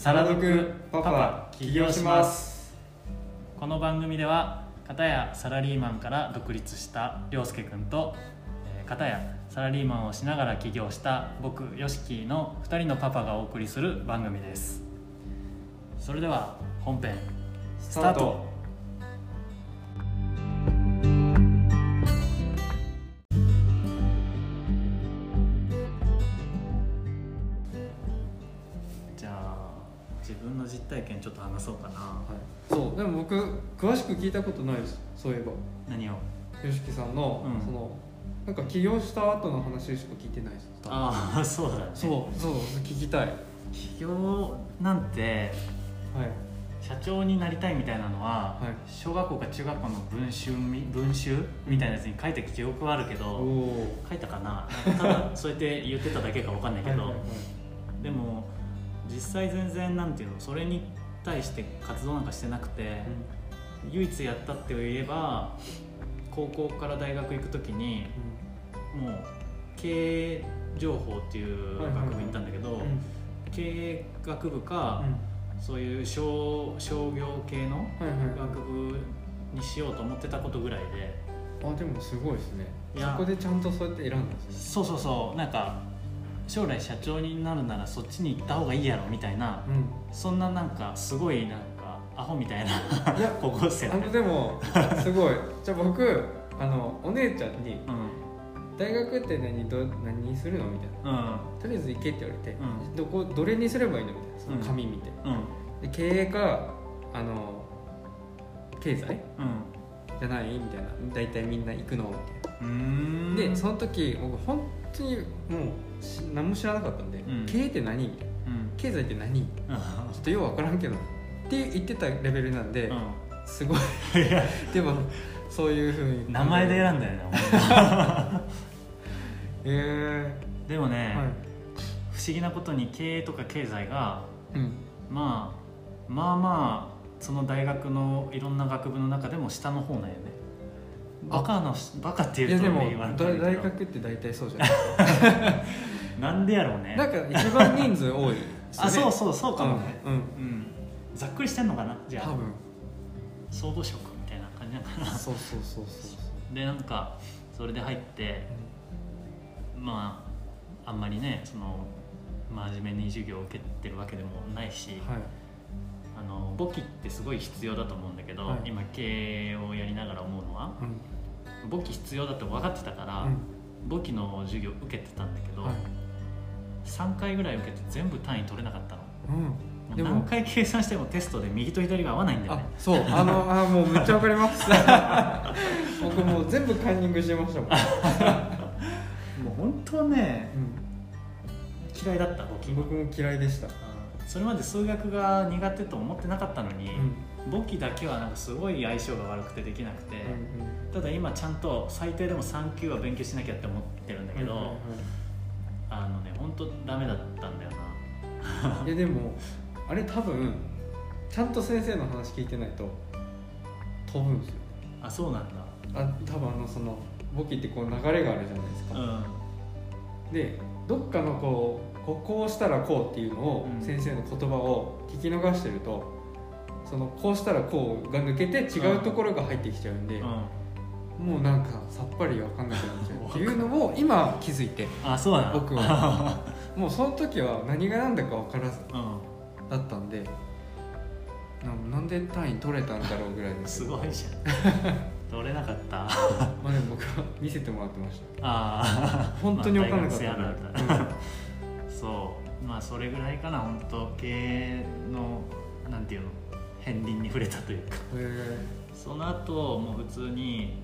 サラドクパパ起業します。 この番組では片やサラリーマンから独立した涼介くんと片やサラリーマンをしながら起業した僕ヨシキの2人のパパがお送りする番組です。それでは本編スタート。自分の実体験ちょっと話そうかな。 はい、そうでも僕詳しく聞いたことないです。そういえば何をよしきさんの、そのなんか起業した後の話しか聞いてないです。 ああそうだね。 そう聞きたい。 起業なんて、はい、社長になりたいみたいなのは、はい、小学校か中学校の文集みたいなやつに書いた記憶はあるけど、書いたかな。ただそうやって言ってただけか分かんないけどでも実際全然なんていうの、それに対して活動なんかしてなくて、唯一やったって言えば高校から大学行く時に、もう経営情報っていう学部に行ったんだけど、経営学部か、そういう商業系の学部にしようと思ってたことぐらいで。 あ、でもすごいですね。そこでちゃんとそうやって選んだんですね。そうなんか将来社長になるならそっちに行った方がいいやろみたいな、そんななんかすごいなんかアホみたいな高校生でもすごい。じゃあ僕お姉ちゃんに、大学って何するのみたいな、とりあえず行けって言われて、どれにすればいいのみたいな、その紙見て、で経営か経済、じゃないみたいな、大体みんな行くのみたいな。でその時僕本当にもう何も知らなかったんで、経営って何、経済って何、ちょっとよう分からんけどって言ってたレベルなんで、すごいでもそういう風に名前で選んだよねでもね、不思議なことに経営とか経済が、まあその大学のいろんな学部の中でも下の方なんよね。バカっていうと言われてるけど、 大学って大体そうじゃないなんでやろうね。 なんか一番人数多いですね。そうかもね。ざっくりしてんのかな。じゃあ多分総合職みたいな感じなのかな。そうでなんかそれで入って、まああんまりね、その真面目に授業を受けてるわけでもないし、簿記ってすごい必要だと思うんだけど、今経営をやりながら思うのは、簿記必要だって分かってたから、簿記の授業受けてたんだけど、3回ぐらい受けて全部単位取れなかったの。何回計算してもテストで右と左が合わないんだよね。 そうもうめっちゃ分かります僕もう全部カンニングしてましたもんもう本当ね、嫌いだった簿記。 僕も嫌いでした。 それまで数学が苦手と思ってなかったのに、簿記だけはなんかすごい相性が悪くてできなくて、ただ今ちゃんと最低でも3級は勉強しなきゃって思ってるんだけど、本当ダメだったんだよな。 でもあれ多分ちゃんと先生の話聞いてないと飛ぶんですよ。 あ、そうなんだ。 多分その簿記ってこう流れがあるじゃないですか、でどっかのこうしたらこうっていうのを、先生の言葉を聞き逃してると、そのこうしたらこうが抜けて違うところが入ってきちゃうんで、もうなんかさっぱり分かんなくなっちゃうっていうのを今気づいてそうなの。 僕はもうその時は何が何だか分からずだったんで、なんで単位取れたんだろうぐらいです。 すごいじゃん取れなかったでも僕は見せてもらってました。本当に分かんなかった、 そうそれぐらいかな。本当経営のなんていうの、片鱗に触れたというかその後もう普通に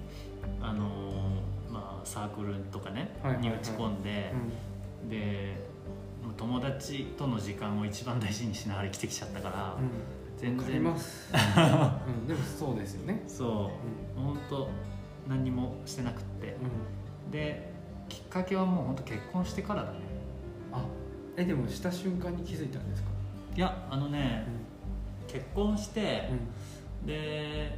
サークルとかね、に打ち込んで、で友達との時間を一番大事にしながら生きてきちゃったから、全然でもそうですよね。 本当何もしてなくって、できっかけはもう本当結婚してからだね。 でもした瞬間に気づいたんですか？ いや結婚して、で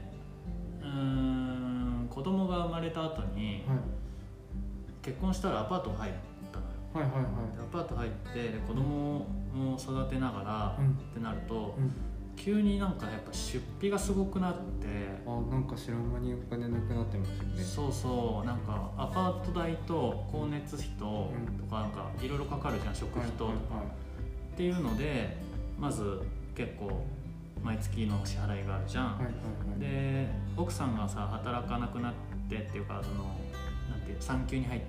子供が生まれた後に、結婚したらアパート入ったのよ。 はいはいはい、 アパート入ってで子供も育てながらってなると、急になんかやっぱ出費がすごくなって、 なんか知らん間にお金なくなってますよね。 そうそう、なんかアパート代と光熱費とかなんかいろいろかかるじゃん、食費ととか、っていうのでまず結構毎月の支払いがあるじゃん、で奥さんがさ働かなくなってっていうかそのなんていう産休に入って、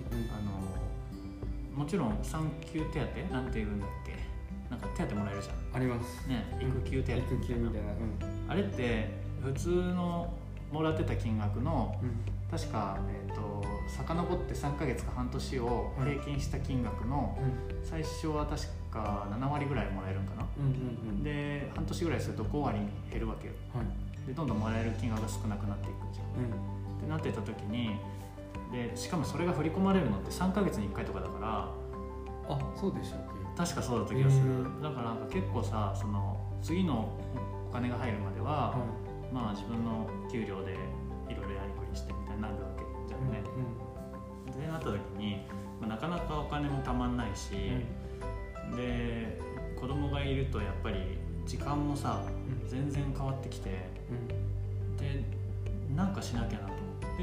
もちろん産休手当なんていうんだっけ、なんか手当もらえるじゃん。 ありますね、育休手当育休みたいな、 あれって普通のもらってた金額の、確か遡って3ヶ月か半年を平均した金額の、最初は確か7割ぐらいもらえるんかな、で半年ぐらいすると5割に減るわけよ、でどんどんもらえる金額が少なくなっていくじゃん、ってなってた時にでしかもそれが振り込まれるのって3ヶ月に1回とかだから、 そうでしたっけ。 確かそうだった気がする、だからなんか結構さその次のお金が入るまでは、まあ自分の給料でいろいろやりくりしてみたいになるわけじゃんね、でなった時に、なかなかお金もたまんないし、で子供がいるとやっぱり時間もさ、全然変わってきて、でなんかしなきゃなと思って、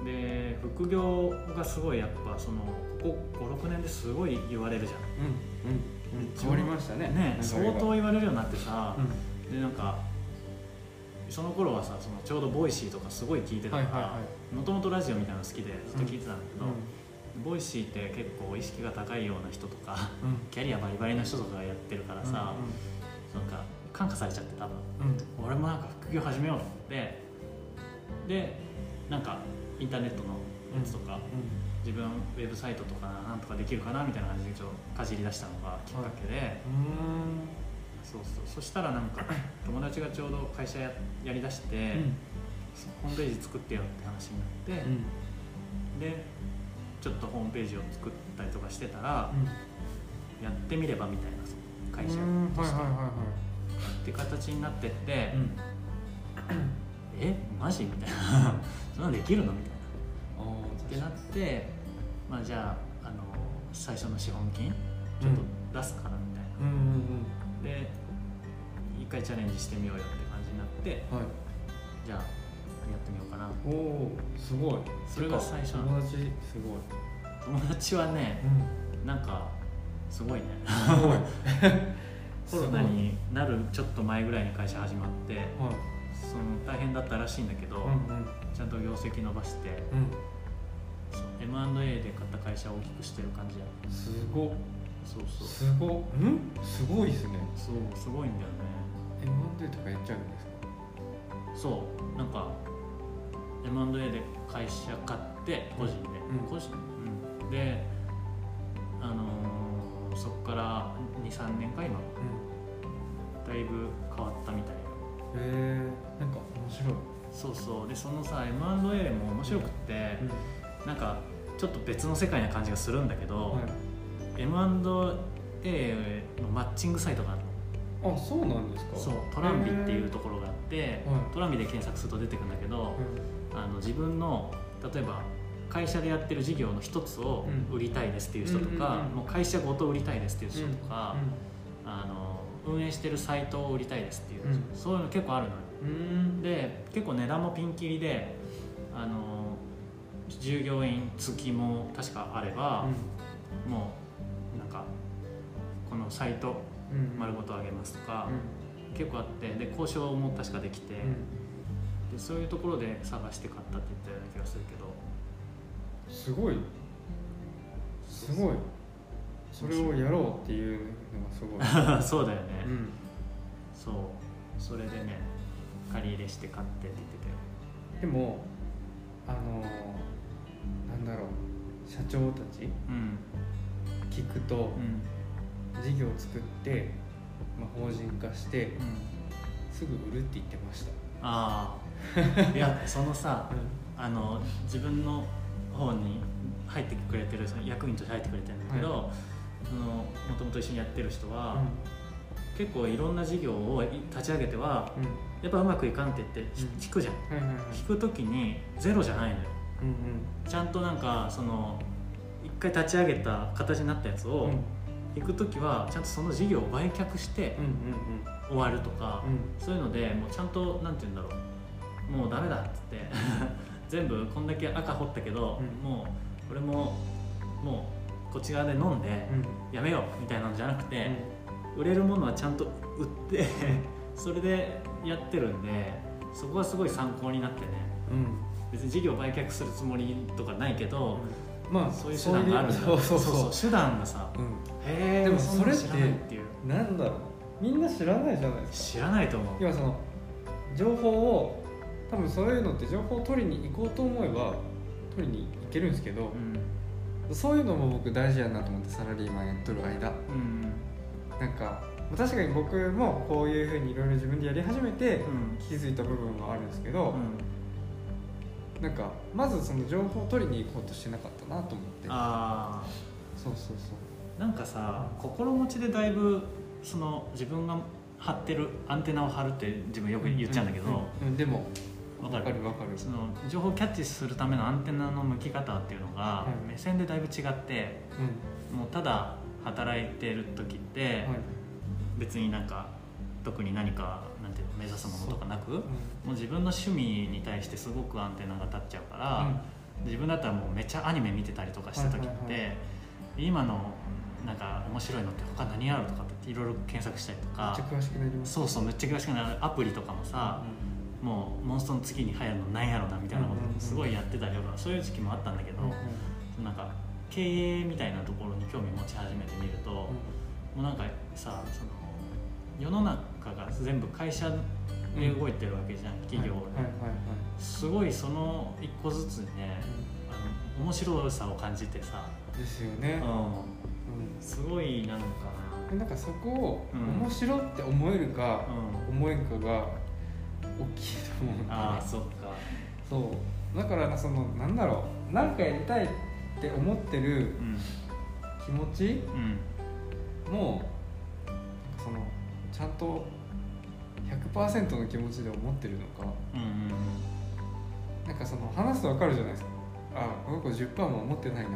で副業がすごいやっぱそのここ 5,6 年ですごい言われるじゃん、 変わりましたね。 相当言われるようになってさ、でなんかその頃はさそのちょうどボイシーとかすごい聞いてたから、もともとラジオみたいなの好きでずっと聞いてたんだけど、ボイシーって結構意識が高いような人とか、キャリアバリバリの人とかがやってるからさ、なんか感化されちゃって多分、俺もなんか副業始めようと思って、でなんかインターネットのやつとか、自分ウェブサイトとかなんとかできるかなみたいな感じでちょっとかじり出したのがきっかけで、そしたらなんか友達がちょうど会社 やりだして、ホームページ作ってよって話になって、でちょっとホームページを作ったりとかしてたら、やってみればみたいな会社としてって形になってって、マジみたいなそんなのできるのみたいなってなって、じゃあ、最初の資本金ちょっと出すからみたいな、で一回チャレンジしてみようよって感じになって、じゃあやってみようかな。 すごい。 それが最初の友達すごい。 友達はね、なんかすごいねコロナになるちょっと前ぐらいに会社始まって、その大変だったらしいんだけど、ちゃんと業績伸ばして、M&A で買った会社を大きくしてる感じや。 すごっ。すごいですね。 そうすごいんだよね。 M&A とかやっちゃうんですか。 そうなんか M&A で会社買って個人で、でそこから 2,3 年か今、だいぶ変わったみたいよ。 なんか面白い。そうでそのさ M&A も面白くって、なんかちょっと別の世界な感じがするんだけど、M&A のマッチングサイトがあるの。 そうなんですか。 そうトランビっていうところがあって、トランビで検索すると出てくるんだけど、自分の例えば会社でやってる事業の一つを売りたいですっていう人とか、もう会社ごと売りたいですっていう人とか、運営してるサイトを売りたいですっていう、そういうの結構あるのよ。で結構値段もピンキリで、従業員付きも確かあれば、もうなんかこのサイト丸ごとあげますとか、結構あって、で交渉も確かできて、でそういうところで探して買ったって言ったような気がするけど、 すごいそれをやろうっていうのがすごいそうだよね、それでね借り入れして買ってって言ってたよ。 でもなんだろう、社長たち、聞くと、事業を作って、法人化して、すぐ売るって言ってました。 いやそのさ、自分の方に入ってくれてるその役員として入ってくれてるんだけど、もともと一緒にやってる人は、結構いろんな事業を立ち上げては、やっぱうまくいかんって言って引くじゃん、引く時にゼロじゃないのよ、ちゃんとなんかその一回立ち上げた形になったやつを、行く時はちゃんとその事業を売却して終わるとか、そういうのでもうちゃんとなんて言うんだろう、もうダメだっつって全部こんだけ赤掘ったけど、もうこれももうこっち側で飲んでやめようみたいなのじゃなくて、売れるものはちゃんと売ってそれでやってるんで、そこはすごい参考になってね、別に事業売却するつもりとかないけど、まあそういう手段があるんだ。そう手段がさ、 でもそれってなんだろう、みんな知らないじゃないですか。 知らないと思う。 今その情報を多分そういうのって情報を取りに行こうと思えば取りに行けるんですけど、そういうのも僕大事やなと思って、サラリーマンやっとる間、なんか確かに僕もこういうふうにいろいろ自分でやり始めて気づいた部分はあるんですけど、なんかまずその情報を取りに行こうとしてなかったなと思って。そうなんかさ、心持ちでだいぶその自分が張ってるアンテナを張るって自分よく言っちゃうんだけど、 でも分かるその情報をキャッチするためのアンテナの向き方っていうのが目線でだいぶ違って、もうただ働いてる時って別になんか特に何かなんていうの目指すものとかなく、もう自分の趣味に対してすごくアンテナが立っちゃうから、自分だったらもうめっちゃアニメ見てたりとかした時って、今のなんか面白いのって他何あるとかっていろいろ検索したりとか、 めっちゃ詳しくなります。 めっちゃ詳しくなる。アプリとかもさ、もうモンストの次に流行るのなんやろなみたいなことすごいやってたりとか、そういう時期もあったんだけど、なんか経営みたいなところに興味持ち始めてみると、もうなんかさ、その世の中が全部会社で動いてるわけじゃん、企業ですごいその一個ずつにね、面白さを感じてさ。 ですよね。 すごいなのかな。 なんかそこを面白って思えるか思えんかが大きいと思うんだね。 そっか。 そうだからそのなんだろう、なんかやりたいって思ってる気持ちもそのちゃんと 100% の気持ちで思ってるのか、なんかその話すと分かるじゃないですか。この子 10% も思ってないな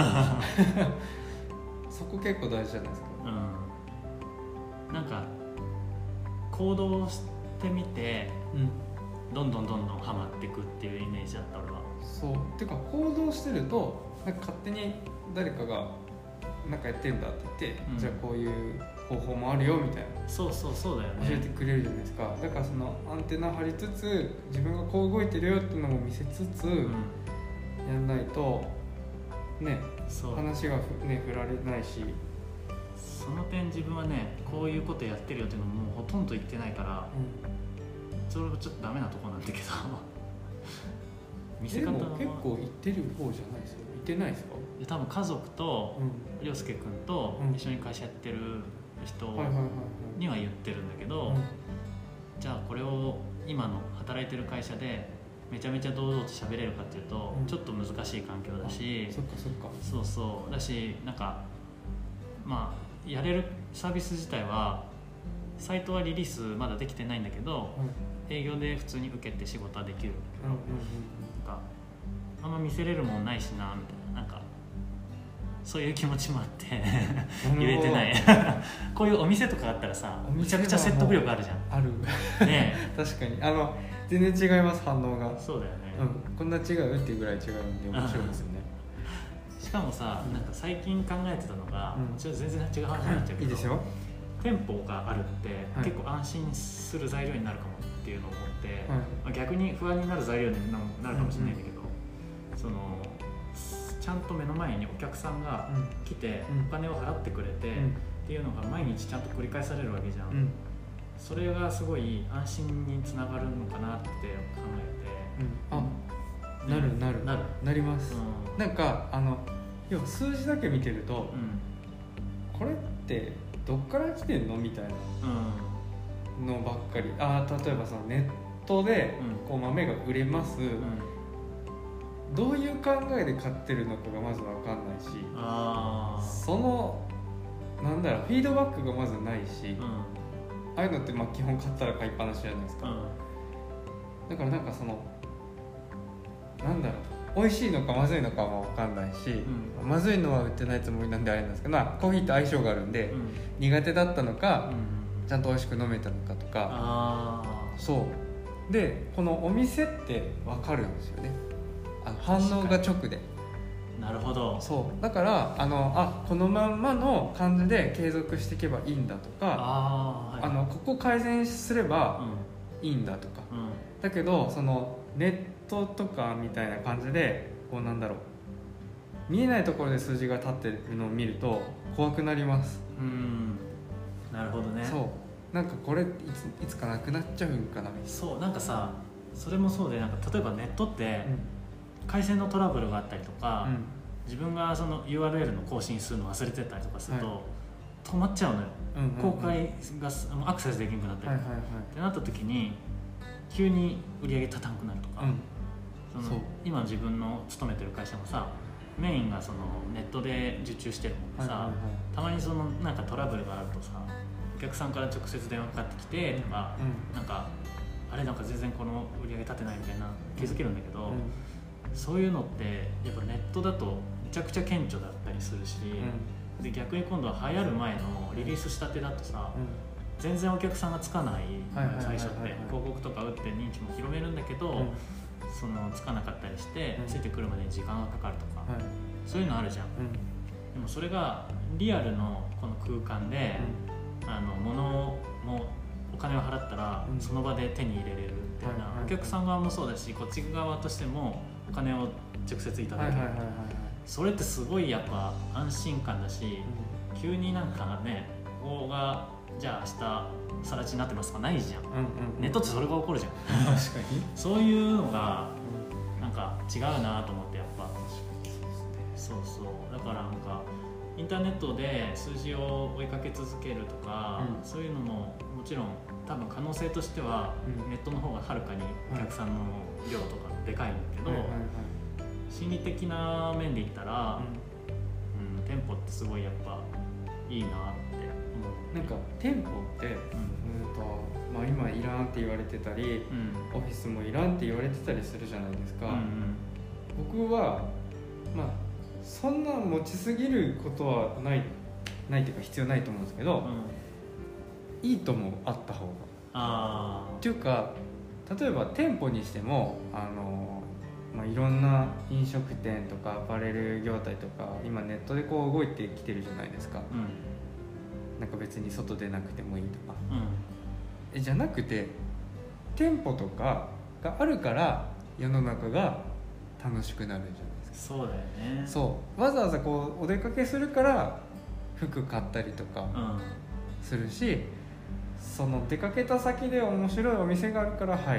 そこ結構大事じゃないですか。 なんか行動してみて、どんどんハマっていくっていうイメージだった俺は。 そうっていうか、行動してるとなんか勝手に誰かがなんかやってんだって言って、じゃあこういう方法もあるよみたいな、 そうだよね、 教えてくれるじゃないですか。だからそのアンテナ張りつつ自分がこう動いてるよっていうのも見せつつ、やんないとね、話がね振られないし。 その点自分はね、こういうことやってるよっていうのもうほとんど言ってないから、それはちょっとダメなとこなんだけど見せ方はでも結構言ってる方じゃないですよ。言ってないですか？ 多分家族と涼介君と一緒に会社やってる人には言ってるんだけど、じゃあこれを今の働いてる会社でめちゃめちゃ堂々と喋れるかっていうと、ちょっと難しい環境だし、そうだし、なんかまあやれるサービス自体はサイトはリリースまだできてないんだけど、営業で普通に受けて仕事はできるんだけど、なんかあんま見せれるもんないしなみたいな、なんかそういう気持ちもあって言えてないこういうお店とかあったらさ、めちゃくちゃ説得力あるじゃん。 あるね確かに全然違います、反応が。そうだよね、こんな違うっていうぐらい違うんで面白いですよねしかもさ、なんか最近考えてたのが、ちょっと全然違う話になっちゃうけど、 いいですよ。 店舗があるって結構安心する材料になるかもっていうのを思って、逆に不安になる材料になるかもしれないんだけど、そのちゃんと目の前にお客さんが来てお金を払ってくれてっていうのが毎日ちゃんと繰り返されるわけじゃん。それがすごい安心につながるのかなって考えて、 なります。なんか要は数字だけ見てると、これってどっから来てんのみたいなのばっかり。例えばそのネットでこう豆が売れます、どういう考えで買ってるのかがまず分かんないし、そのなんだろう、フィードバックがまずないし、ああいうのって基本買ったら買いっぱなしじゃないですか。だからなんかそのなんだろう、 美味しいのかまずいのかも分かんないし、まずいのは売ってないつもりなんであれなんですけど、コーヒーと相性があるんで、苦手だったのか、ちゃんと美味しく飲めたのかとか、そうでこのお店って分かるんですよね、反応が直で。 なるほど。 そうだからこのまんまの感じで継続していけばいいんだとか、ここ改善すればいいんだとか、だけどそのネットとかみたいな感じでこうなんだろう、見えないところで数字が立ってるのを見ると怖くなります。 なるほどね。 そうなんかこれいつかなくなっちゃうんかなみたいな。 そうなんかさ、それもそうで、なんか例えばネットって回線のトラブルがあったりとか、自分がその URL の更新するの忘れてたりとかすると、止まっちゃうのよ、公開がアクセスできなくなったりってなった時に急に売り上げ立たなくなるとか、今自分の勤めてる会社もさ、メインがそのネットで受注してるもんでさ、たまにそのなんかトラブルがあるとさ、お客さんから直接電話かかってきてとか、なんかあれなんか全然この売り上げ立てないみたいな気づけるんだけど、そういうのってやっぱネットだとめちゃくちゃ顕著だったりするし、で逆に今度は流行る前のリリースしたてだとさ、全然お客さんがつかない、最初って広告とか打って認知も広めるんだけど、そのつかなかったりして、ついてくるまでに時間がかかるとか、そういうのあるじゃん、でもそれがリアルのこの空間で、物もお金を払ったらその場で手に入れれるみたいな、お客さん側もそうだしこっち側としてもお金を直接いただける、それってすごいやっぱ安心感だし、急になんかね、ここがじゃあ明日更地になってますとかないじゃん、ネットってそれが起こるじゃん確かにそういうのがなんか違うなと思って、やっぱそうだからなんかインターネットで数字を追いかけ続けるとか、そういうのももちろん多分可能性としてはネットの方がはるかにお客さんの量とかでかいんだけど、心理的な面で言ったら、店舗ってすごいやっぱいいなって思う。 なんか店舗って、今いらんって言われてたり、オフィスもいらんって言われてたりするじゃないですか、僕はそんな持ちすぎることはないっていうか必要ないと思うんですけど、いいともあった方がっていうか、例えば店舗にしてもいろんな飲食店とかアパレル業態とか今ネットでこう動いてきてるじゃないですか、なんか別に外出なくてもいいとか、じゃなくて店舗とかがあるから世の中が楽しくなるじゃないですか。 そうだよね。 そうわざわざこうお出かけするから服買ったりとかするし、その出かけた先で面白いお店があるから入って、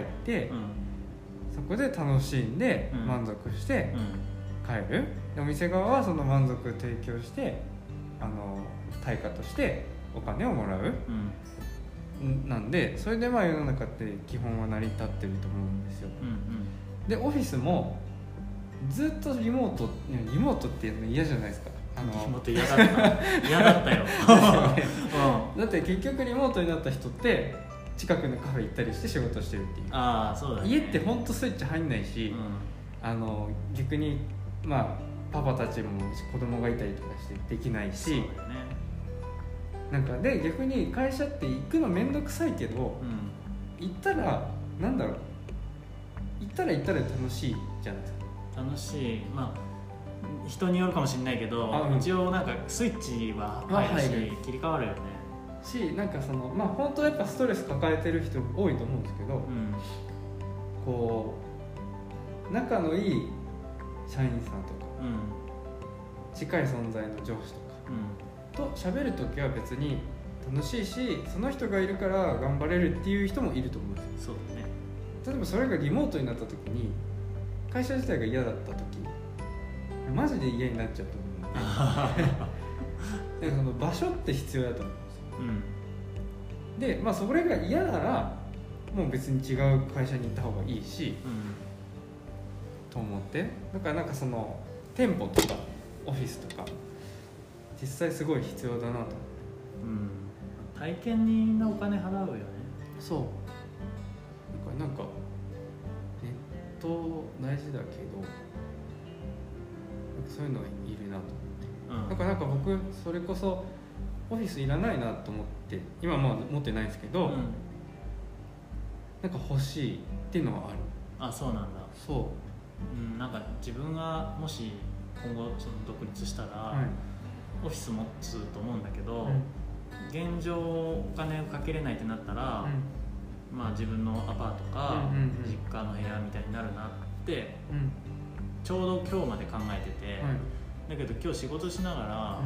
そこで楽しんで満足して帰る、お店側はその満足を提供して対価としてお金をもらう、なんでそれで世の中って基本は成り立ってると思うんですよ、でオフィスもずっとリモートっていうの嫌じゃないですか。 リモート嫌だった嫌だったよだって結局リモートになった人って近くのカフェ行ったりして仕事してるっていう。 そうだね、 家ってほんとスイッチ入んないし、逆にパパたちも子供がいたりとかしてできないし、そうだよね、なんかで逆に会社って行くのめんどくさいけど、行ったらなんだろう、行ったら楽しいじゃないですか。 楽しい、人によるかもしれないけど、一応なんかスイッチは入るし、切り替わるよね。 なんかその本当はやっぱストレス抱えてる人多いと思うんですけど、こう仲のいい社員さんとか、近い存在の上司とか、と喋るときは別に楽しいし、その人がいるから頑張れるっていう人もいると思うんですよ。そうだね。例えばそれがリモートになったときに、会社自体が嫌だったとき、マジで嫌になっちゃうと思うのでだからその場所って必要だと思うんですよ、でそれが嫌ならもう別に違う会社に行った方がいいし、と思って、だからなんかその店舗とかオフィスとか実際すごい必要だなと思って、 体験にみんなお金払うよね。 そうなんかネット大事だけどそういうのがいるなと思って、だからなんか僕それこそオフィスいらないなと思って今まあ持ってないんですけど、なんか欲しいっていうのはある。 あ、そうなんだ。 そう、 なんか自分がもし今後その独立したら、オフィス持つと思うんだけど、現状お金をかけれないってなったら、まあ自分のアパートか実家の部屋みたいになるなって、ちょうど今日まで考えてて、だけど今日仕事しながら、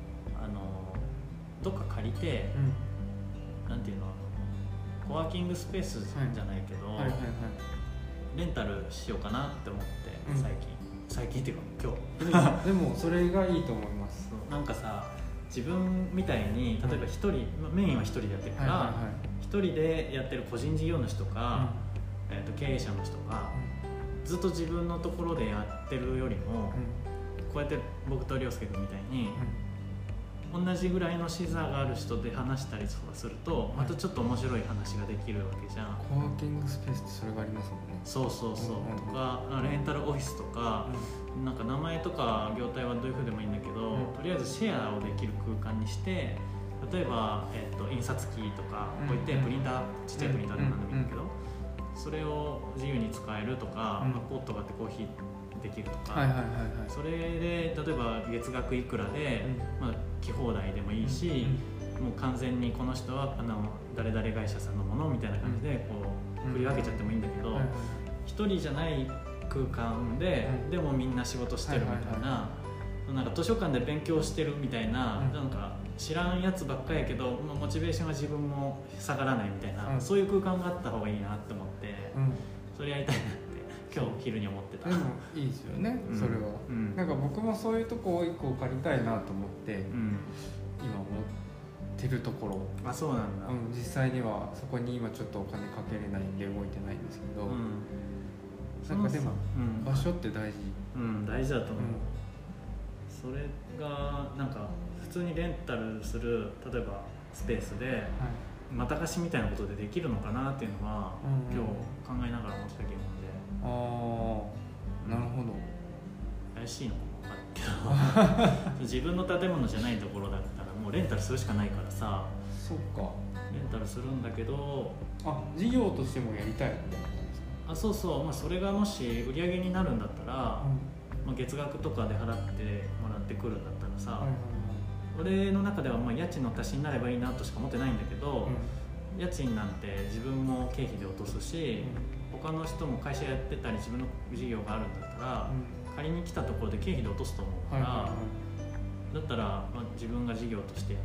どっか借りて、なんていうの、コワーキングスペースじゃないけど、レンタルしようかなって思って、最近っていうか今日でもそれがいいと思います。 なんかさ、自分みたいに例えば一人、メインは一人でやってるから、一人でやってる個人事業主とか、経営者の人がずっと自分のところでやってるよりも、こうやって僕と涼介君みたいに、同じぐらいの視座がある人で話したりとかすると、またちょっと面白い話ができるわけじゃん。 コワーキングスペースってそれがありますもんね。 そうそうそう、とかレンタルオフィスとか、なんか名前とか業態はどういう風でもいいんだけど、とりあえずシェアをできる空間にして、例えば、印刷機とか置いて、プリンター、ちっちゃいプリンターでもなんでもいいんだけど、それを自由に使えるとか、ポットがあってコーヒーできるとか、それで例えば月額いくらで、来放題でもいいし、もう完全にこの人は誰々会社さんのものみたいな感じでこう振り分けちゃってもいいんだけど、一人じゃない空間で、でもみんな仕事してるみたいな、なんか図書館で勉強してるみたいな、なんか知らんやつばっかりやけど、モチベーションは自分も下がらないみたいな、そういう空間があった方がいいなって思って、それやりたいなって今日昼に思ってた。 でもいいですよね、それは、なんか僕もそういうとこを1個借りたいなと思って、今思ってるところ。 あ、そうなんだ。 実際にはそこに今ちょっとお金かけれないんで動いてないんですけど、なんかでも場所って大事、 大事だと思う、それがなんか普通にレンタルする例えばスペースで、また貸しみたいなことでできるのかなっていうのは、今日考えながら思ってた疑問で。 なるほど。 怪しいのかも分かるけど自分の建物じゃないところだったらもうレンタルするしかないからさ。 そっか。 レンタルするんだけど、 事業としてもやりたいみたいな感じですか。 そうそう、それがもし売り上げになるんだったら、月額とかで払ってもらってくるんだったらさ、俺の中では家賃の足しになればいいなとしか思ってないんだけど、家賃なんて自分も経費で落とすし、他の人も会社やってたり自分の事業があるんだったら、借りに来たところで経費で落とすと思うから、だったら、自分が事業としてやって、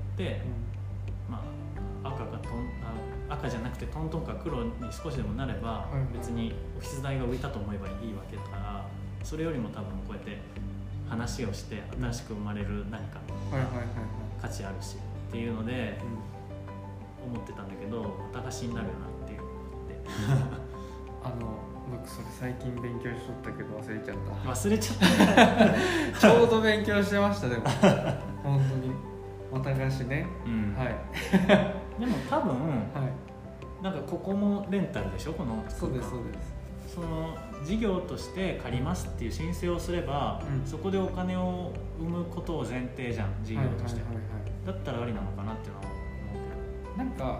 赤じゃなくてトントンか黒に少しでもなれば、別にオフィス代が浮いたと思えばいいわけだから、それよりも多分こうやって話をして新しく生まれる何か価値あるしっていうので思ってたんだけど、また貸しになるよなっていうのがあって僕それ最近勉強しとったけど忘れちゃった。 忘れちゃったちょうど勉強してましたでも本当にまた貸しね、 でも多分、なんかここもレンタルでしょ、この。 そうですそうです。 その事業として借りますっていう申請をすれば、そこでお金を生むことを前提じゃん、事業として、だったらありなのかなっていうのは思うけど、 なんか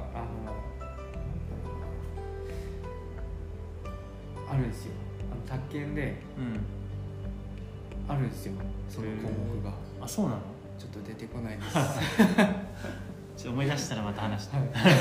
あるんですよ、宅建で、あるんですよ、そういう項目が。 あ、そうなの？ ちょっと出てこないですちょっと思い出したらまた話して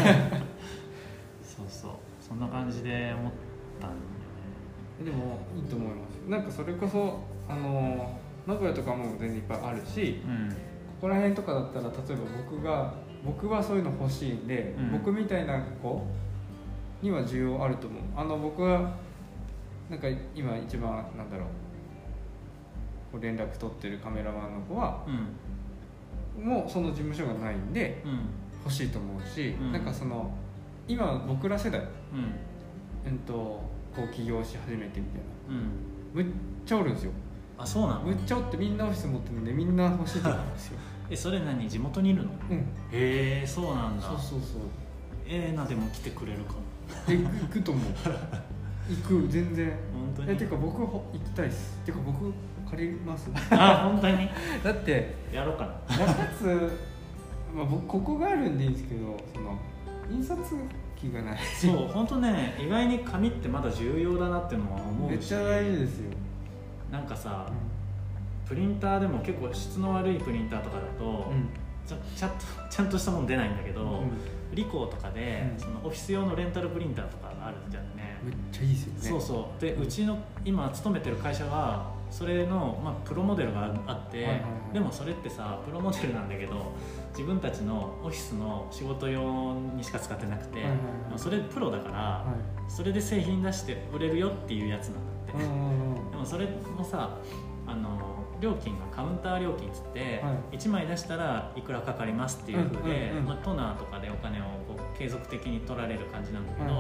そうそう、そんな感じで思ったんでもいいと思います。なんかそれこそ名古屋とかも全然いっぱいあるし、ここら辺とかだったら、例えば僕はそういうの欲しいんで、僕みたいな子には需要あると思う。僕はなんか今一番なんだろう、連絡取ってるカメラマンの子は、もうその事務所がないんで、欲しいと思うし、なんかその今僕ら世代、こう起業し始めてみたいな、むっちゃおるんですよ。 あ、そうなの？ むっちゃおってみんなオフィス持ってるんで、みんな欲しいと思うんですよそれ何、地元にいるの？へえ、そうなんだ。 そうそうそう。 でも来てくれるかも。 行くと思う行く、全然。 本当に。 てか僕行きたいっす。てか僕借りますあ、本当にだってやろうかな。 かつ、僕ここがあるんでいいんですけど、その印刷機がない。 そう本当ね、意外に紙ってまだ重要だなっていうのは思うし、 めっちゃ大事ですよ。 なんかさ、プリンターでも結構質の悪いプリンターとかだと、ちゃんとしたもの出ないんだけど、リコーとかで、そのオフィス用のレンタルプリンターとかあるじゃんね。 めっちゃいいですよね。 そうそうで、うちの今勤めてる会社はそれの、プロモデルがあって、でもそれってさプロモデルなんだけど、自分たちのオフィスの仕事用にしか使ってなくて、それプロだから、それで製品出して売れるよっていうやつなんだって、でもそれもさ、料金がカウンター料金っつって、1枚出したらいくらかかりますっていう風で、トナーとかでお金をこう継続的に取られる感じなんだけど、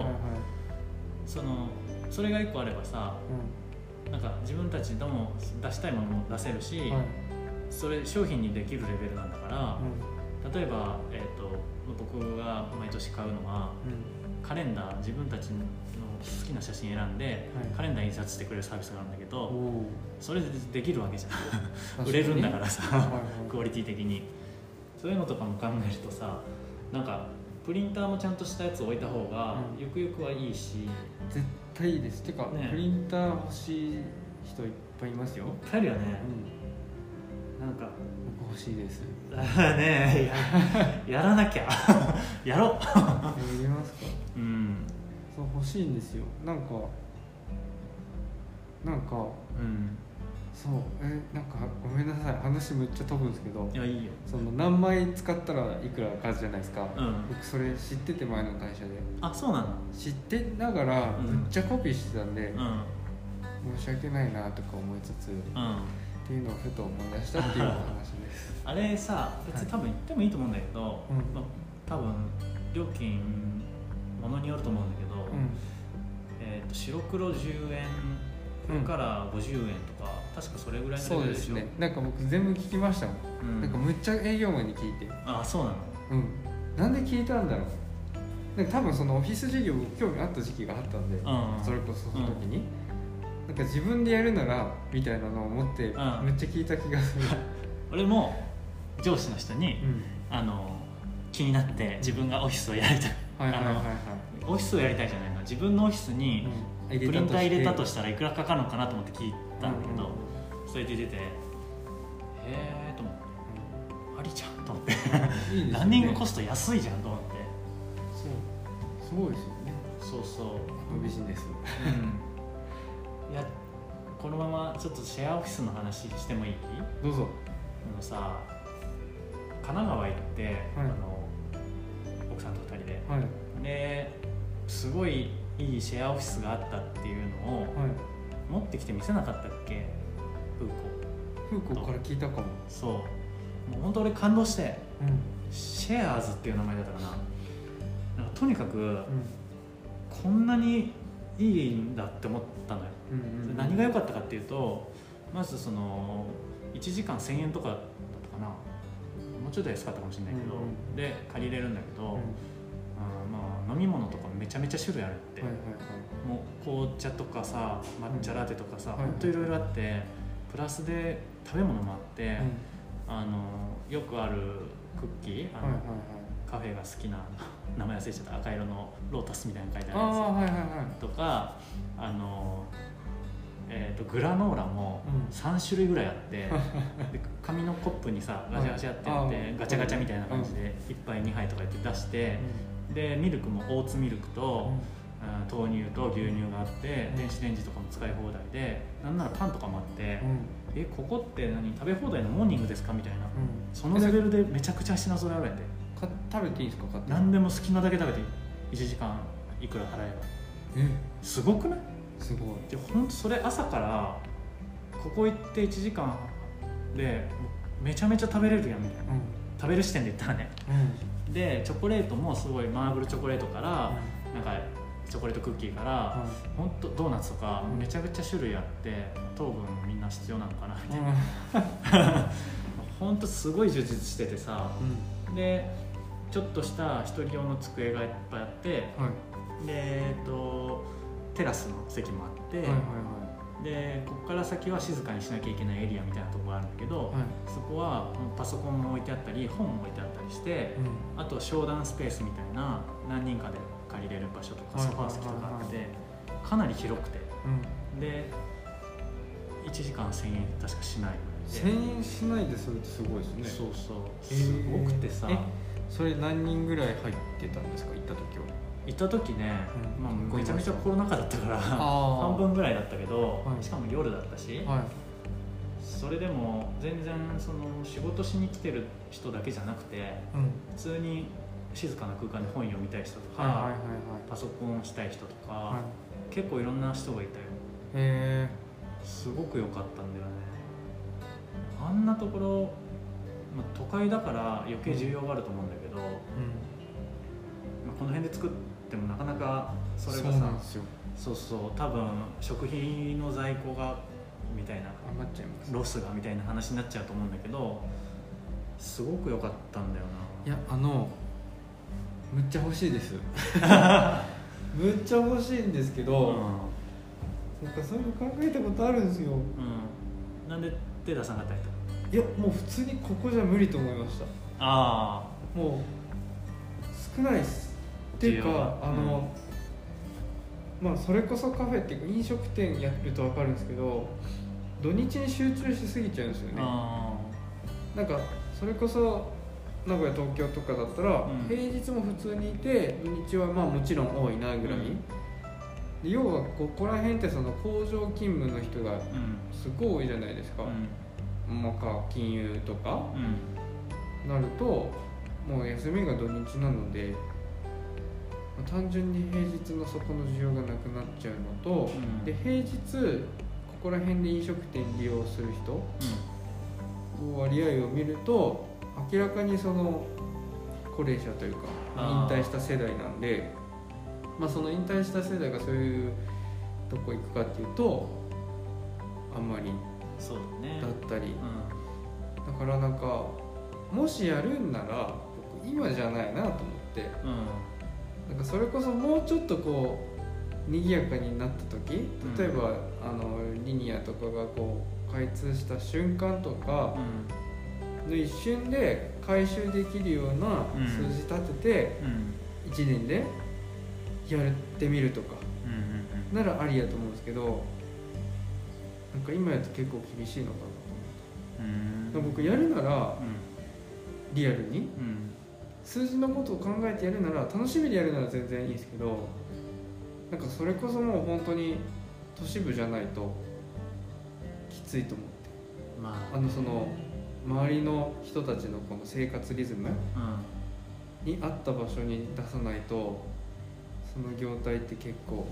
それが1個あればさ、なんか自分たちでも出したいものも出せるし、それ商品にできるレベルなんだから、例えば、僕が毎年買うのは、カレンダー、自分たちの好きな写真選んで、カレンダー印刷してくれるサービスがあるんだけど、それでできるわけじゃん売れるんだからさ、クオリティ的に。そういうのとかも考えるとさ、なんかプリンターもちゃんとしたやつを置いた方がゆくゆくはいいし、 絶対いいです。てか、プリンター欲しい人いっぱいいますよ。いっぱいいるよね。なんか僕欲しいです。 ねえ、やらなきゃやろう。 やりますか。そう欲しいんですよ。なんか、そうなんかごめんなさい、話めっちゃ飛ぶんですけど、 いやいいよ。 その何枚使ったらいくらかじゃないですか。僕それ知ってて、前の会社で。 あ、そうなの。 知ってながらめっちゃコピーしてたんで、申し訳ないなとか思いつつ、っていうのをふと思い出したっていう話です。 あれさ、別に多分言ってもいいと思うんだけど、多分料金ものによると思うんだけど、白黒10円から50円とか、確かそれぐらいのレベルでしょ。そうですね。 なんか僕全部聞きましたもん。なんかむっちゃ営業マンに聞いて。 あ、そうなの。 なんで聞いたんだろう。なんか多分そのオフィス事業興味あった時期があったんで、それこそその時に、なんか自分でやるならみたいなのを思ってめっちゃ聞いた気がする。 俺も上司の人に、気になって自分がオフィスをやりたい、オフィスをやりたいじゃないの、自分のオフィスにプリンター入れたとしたらいくらかかるのかなと思って聞いたんだけど、それで出て、へえと思って、ありじゃんと思っていい、ね、ランニングコスト安いじゃんと思って。 そう、すごいですよね。 そうそうビジネス。 いや、このままちょっとシェアオフィスの話してもいい？ どうぞ。 さ、神奈川行って、奥さんと2人で、ですごいいいシェアオフィスがあったっていうのを、持ってきて見せなかったっけ、 風子から聞いたかも。 そう、もう本当俺感動して、シェアーズっていう名前だったかな。なんかとにかく、こんなにいいんだって思ったのよ。何が良かったかっていうと、まずその1時間1000円とかだったかな、もうちょっと安かったかもしれないけど、で借りれるんだけど、飲み物とかめちゃめちゃ種類あるって、もう紅茶とかさ、抹茶ラテとかさ、ほんといろいろあって、プラスで食べ物もあって、よくあるクッキー、カフェが好きな名前忘れちゃった、赤色のロータスみたいなの書いてあるやつとか、グラノーラも3種類ぐらいあってで紙のコップにさガチャガチャってやってガチャガチャみたいな感じで1杯2杯とかやって出して、でミルクもオーツミルクと豆乳と牛乳があって、電子レンジとかも使い放題で、なんならパンとかもあって、ここって食べ放題のモーニングですかみたいな、そのレベルでめちゃくちゃ品揃えあるんで、 食べていいんですか？ 何でも好きなだけ食べていい。1時間いくら払えば。すごくない？ すごい。 で、ほんとそれ朝からここ行って1時間でめちゃめちゃ食べれるやんみたいな、食べる視点で言ったらね、でチョコレートもすごいマーブルチョコレートから、なんかチョコレートクッキーから、ほんとドーナツとかめちゃくちゃ種類あって、糖分みんな必要なのかなみたいな、ほんとすごい充実しててさ、でちょっとした一人用の机がいっぱいあって、でテラスの席もあって、 でここから先は静かにしなきゃいけないエリアみたいなところがあるんだけど、そこはパソコンも置いてあったり本も置いてあったりして、あと商談スペースみたいな何人かで借りれる場所とかソファー席とかあって、かなり広くて、で1時間1000円確かしない 1000円しないでそれってすごいですね。 そうそうすごくてさ、 それ何人ぐらい入ってたんですか、行った時は。 行った時ね、めちゃめちゃコロナ禍だったから半分ぐらいだったけど、しかも夜だったし、それでも全然その仕事しに来てる人だけじゃなくて、普通に静かな空間で本読みたい人とか、パソコンしたい人とか、結構いろんな人がいたよ。すごく良かったんだよね。あんなところ、都会だから余計需要があると思うんだけど、この辺で作ってもなかなかそれがさ、そう多分食費の在庫がみたいな、 余っちゃいます、 ロスがみたいな話になっちゃうと思うんだけど、すごく良かったんだよな。 いやむっちゃ欲しいですむっちゃ欲しいんですけど、なんかそういうの考えたことあるんですよ。 なんで手出さなかった？ いやもう普通にここじゃ無理と思いました。もう少ないっすっていうか、それこそカフェっていうか飲食店やると分かるんですけど、土日に集中しすぎちゃうんですよね。なんかそれこそ名古屋東京とかだったら、平日も普通にいて土日はもちろん多いなぐらい、要はここら辺ってその工場勤務の人がすごい多いじゃないですか。金融とか、なるともう休みが土日なので、単純に平日のそこの需要がなくなっちゃうのと、で平日ここら辺で飲食店利用する人、割合を見ると明らかにその高齢者というか引退した世代なんで、その引退した世代がそういうとこ行くかっていうとあんまりだったり、だからなんかもしやるんなら僕今じゃないなと思って、なんかそれこそもうちょっとこう賑やかになった時、例えばリニアとかがこう開通した瞬間とかの一瞬で回収できるような数字立てて1年でやってみるとかならありやと思うんですけど、なんか今やと結構厳しいのかなと思って、僕やるならリアルに数字のことを考えてやるなら、楽しみでやるなら全然いいですけど、なんかそれこそもう本当に都市部じゃないときついと思って、その周りの人たちのこの生活リズムに合った場所に出さないと、その業態って結構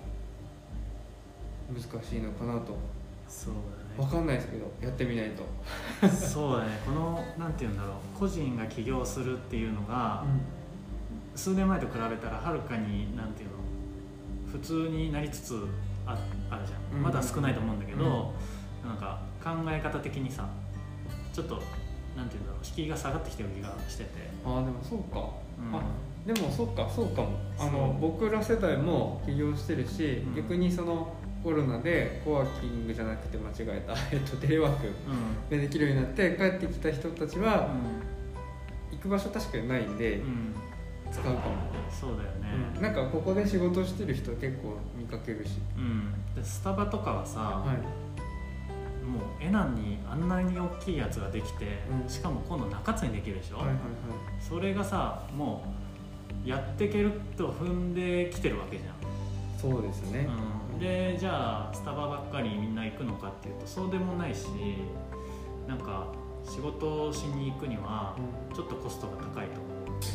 難しいのかなと。 そうだね、 分かんないですけどやってみないとそうだね、このなんていうんだろう、個人が起業するっていうのが、数年前と比べたらはるかになんていうの普通になりつつあるじゃん。まだ少ないと思うんだけど、なんか考え方的にさちょっとなんていうんだろう、敷居が下がってきてる気がしてて。 でもそうか、でもそうかも。僕ら世代も起業してるし、逆にそのコロナでコワーキングじゃなくて間違えた、テレワークができるようになって帰ってきた人たちは、行く場所確かにないんで、使うかも。 そうだよね、 なんかここで仕事してる人結構見かけるし、 でスタバとかはさ、もうエナンにあんなに大きいやつができて、しかも今度中津にできるでしょ、それがさもうやっていけると踏んできてるわけじゃん。 そうですね、 でじゃあスタバばっかりみんな行くのかっていうとそうでもないし、なんか仕事をしに行くにはちょっとコストが高いと思うので、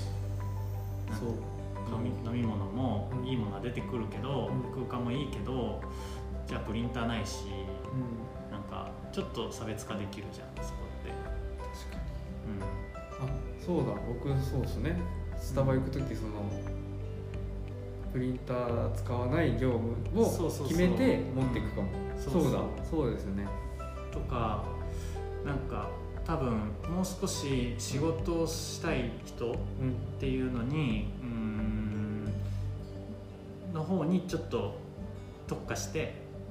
飲み物もいいものが出てくるけど、空間もいいけど、じゃあプリンターないし、なんかちょっと差別化できるじゃんそこって。 確かに、そうだ、僕そうですね、スタバ行く時そのプリンター使わない業務を決めて持っていくかも。そうですよね。 とかなんか多分もう少し仕事をしたい人っていうのに、の方にちょっと特化してやっ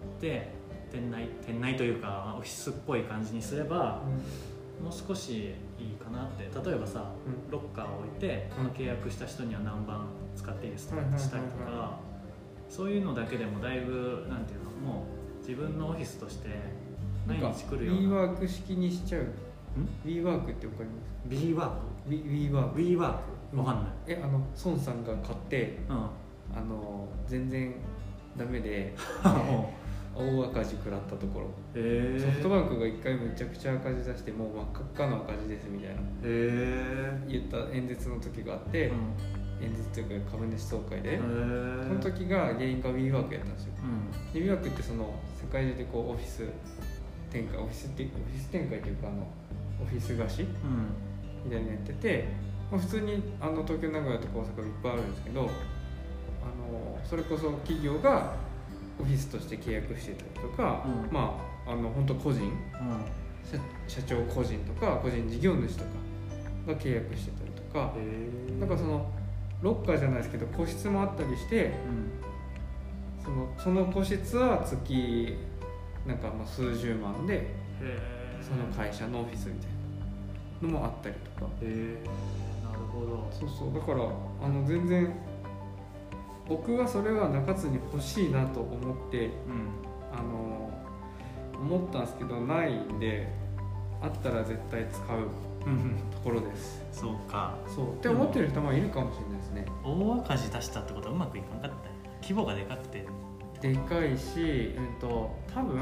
で店内というかオフィスっぽい感じにすれば、もう少しいいかなって。例えばさ、ロッカーを置いて、この契約した人には何番使っていいですとかしたりとか、そういうのだけでもだいぶなんていうの、もう自分のオフィスとして毎日来るような WeWork 式にしちゃう。WeWork ってわかります？ WeWork わかんない。 孫さんが買って、全然ダメで大赤字食らったところ、ソフトバンクが1回めちゃくちゃ赤字出して、もう真っ赤っかの赤字ですみたいな、言った演説の時があって、演説というか株主総会で、その時が原因が WeWork やったんですよ。で WeWork ってその世界中でこうオフィス展開というかオフィス貸し、みたいなのやってて、普通に東京、名古屋とか大阪いっぱいあるんですけど、それこそ企業がオフィスとして契約してたりとか、本当個人、社長個人とか個人事業主とかが契約してたりとか、なんかそのロッカーじゃないですけど個室もあったりして、その個室は月なんか数十万でその会社のオフィスみたいなのもあったりとか。 なるほど。 そうだから全然僕はそれは中津に欲しいなと思って、思ったんですけどないんで、あったら絶対使うところです。 そうか。 そうって思ってる人もいるかもしれないですね。 大赤字出したってことはうまくいかなかった。規模がでかくてでかいし、多分コロナになる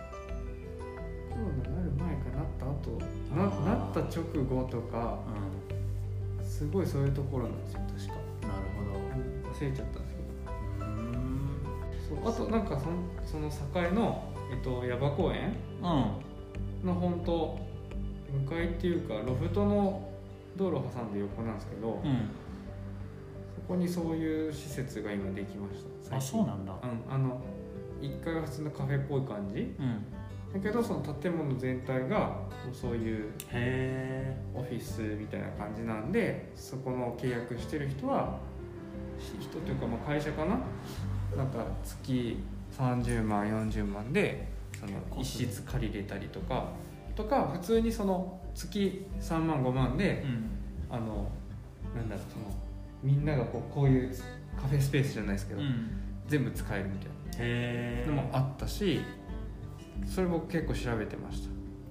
前かなった後なった直後とか、すごいそういうところなんですよ確か。 なるほど。忘れちゃったんですけど。そうあとなんかその境の矢場公園の本当向かいっていうかロフトの道路を挟んで横なんですけど、そこにそういう施設が今できました。 あ、そうなんだ。 1階は普通のカフェっぽい感じ、だけどその建物全体がそういうオフィスみたいな感じなんで、そこの契約してる人というか会社かな、なんか月30万40万でその一室借りれたりとか普通にその月3万5万で、なんだろう、そのみんながこういうカフェスペースじゃないですけど、全部使えるみたいなのもあったし、それ僕結構調べてました。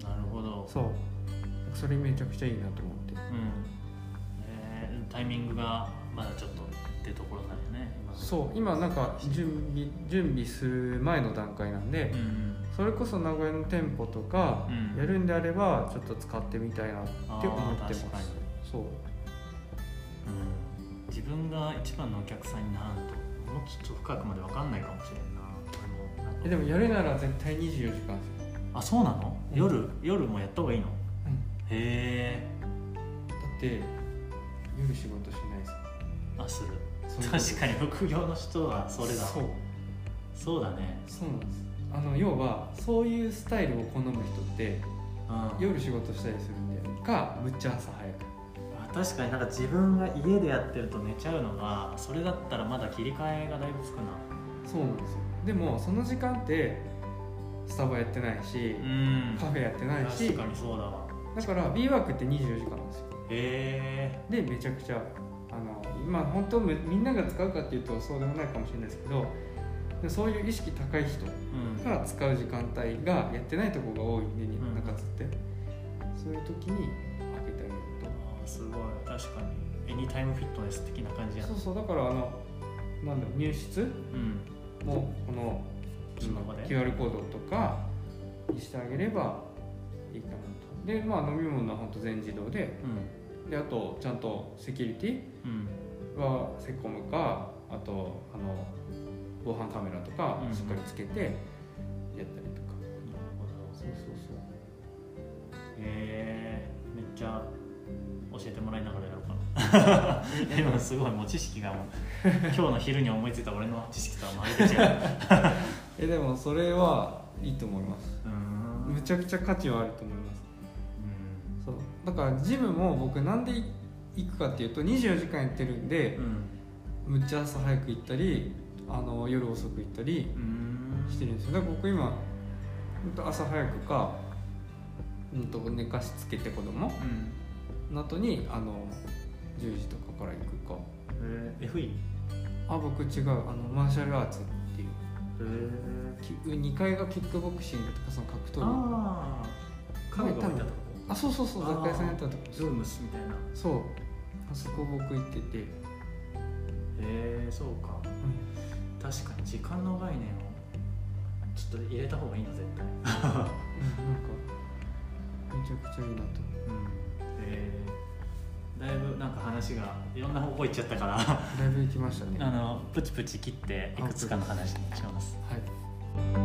なるほど。 それめちゃくちゃいいなと思って、 タイミングがまだちょっとってところだよね。 今なんか準備する前の段階なんで、それこそ名古屋の店舗とかやるんであればちょっと使ってみたいなって思ってます。 自分が一番のお客さんになるともうちょっと深くまで分かんないかもしれんな。 でもやるなら絶対24時間ですよ。 あ、そうなの？夜もやった方がいいの？へえ。 だって夜仕事しないですか？ あ、する。確かに副業の人はそれだ。そうだね。 そうなんです。要はそういうスタイルを好む人って、夜仕事したりするんでか、むっちゃ朝早く。 確かになんか自分が家でやってると寝ちゃうのが、それだったらまだ切り替えがだいぶつくな。 そうなんですよ。でもその時間ってスタバやってないし、カフェやってないし、 確かにそうだわ。 だから WeWork って24時間なんですよ。でめちゃくちゃ本当みんなが使うかっていうとそうでもないかもしれないですけど、そういう意識高い人が使う時間帯がやってないところが多いんで、中津って、そういう時に開けてあげると。 すごい。確かにエニタイムフィットネス的な感じや。 だからなんだろう、入室もこのQR コードとかにしてあげればいいかなと。で飲み物は本当全自動で、であとちゃんとセキュリティはセコムか、あと防犯カメラとかしっかりつけてやったりとか。 なるほど。めっちゃ教えてもらいながらやろうかな。今すごいもう知識が今日の昼に思いついた俺の知識とは真逆違う。 でもそれはいいと思います。むちゃくちゃ価値はあると思います。だからジムも僕なんで行くかっていうと、24時間やってるんで、むっちゃ朝早く行ったり夜遅く行ったりしてるんですよ。だから僕今朝早くか、寝かしつけて子供の後に10時とかから行くか。 FE？ 僕違う、マーシャルアーツっていう、2階がキックボクシングとかその格闘技。 家具が置いたとこ。 そう雑貨屋さんやったとこ。 ルームスみたいな。 そう、あそこ僕行ってて。 そうか、確かに時間の概念をちょっと入れた方がいいの絶対。なんかめちゃくちゃいいなと。 だいぶなんか話がいろんな方向行っちゃったからだいぶ行きましたね。 プチプチ切っていくつかの話にします。 はい。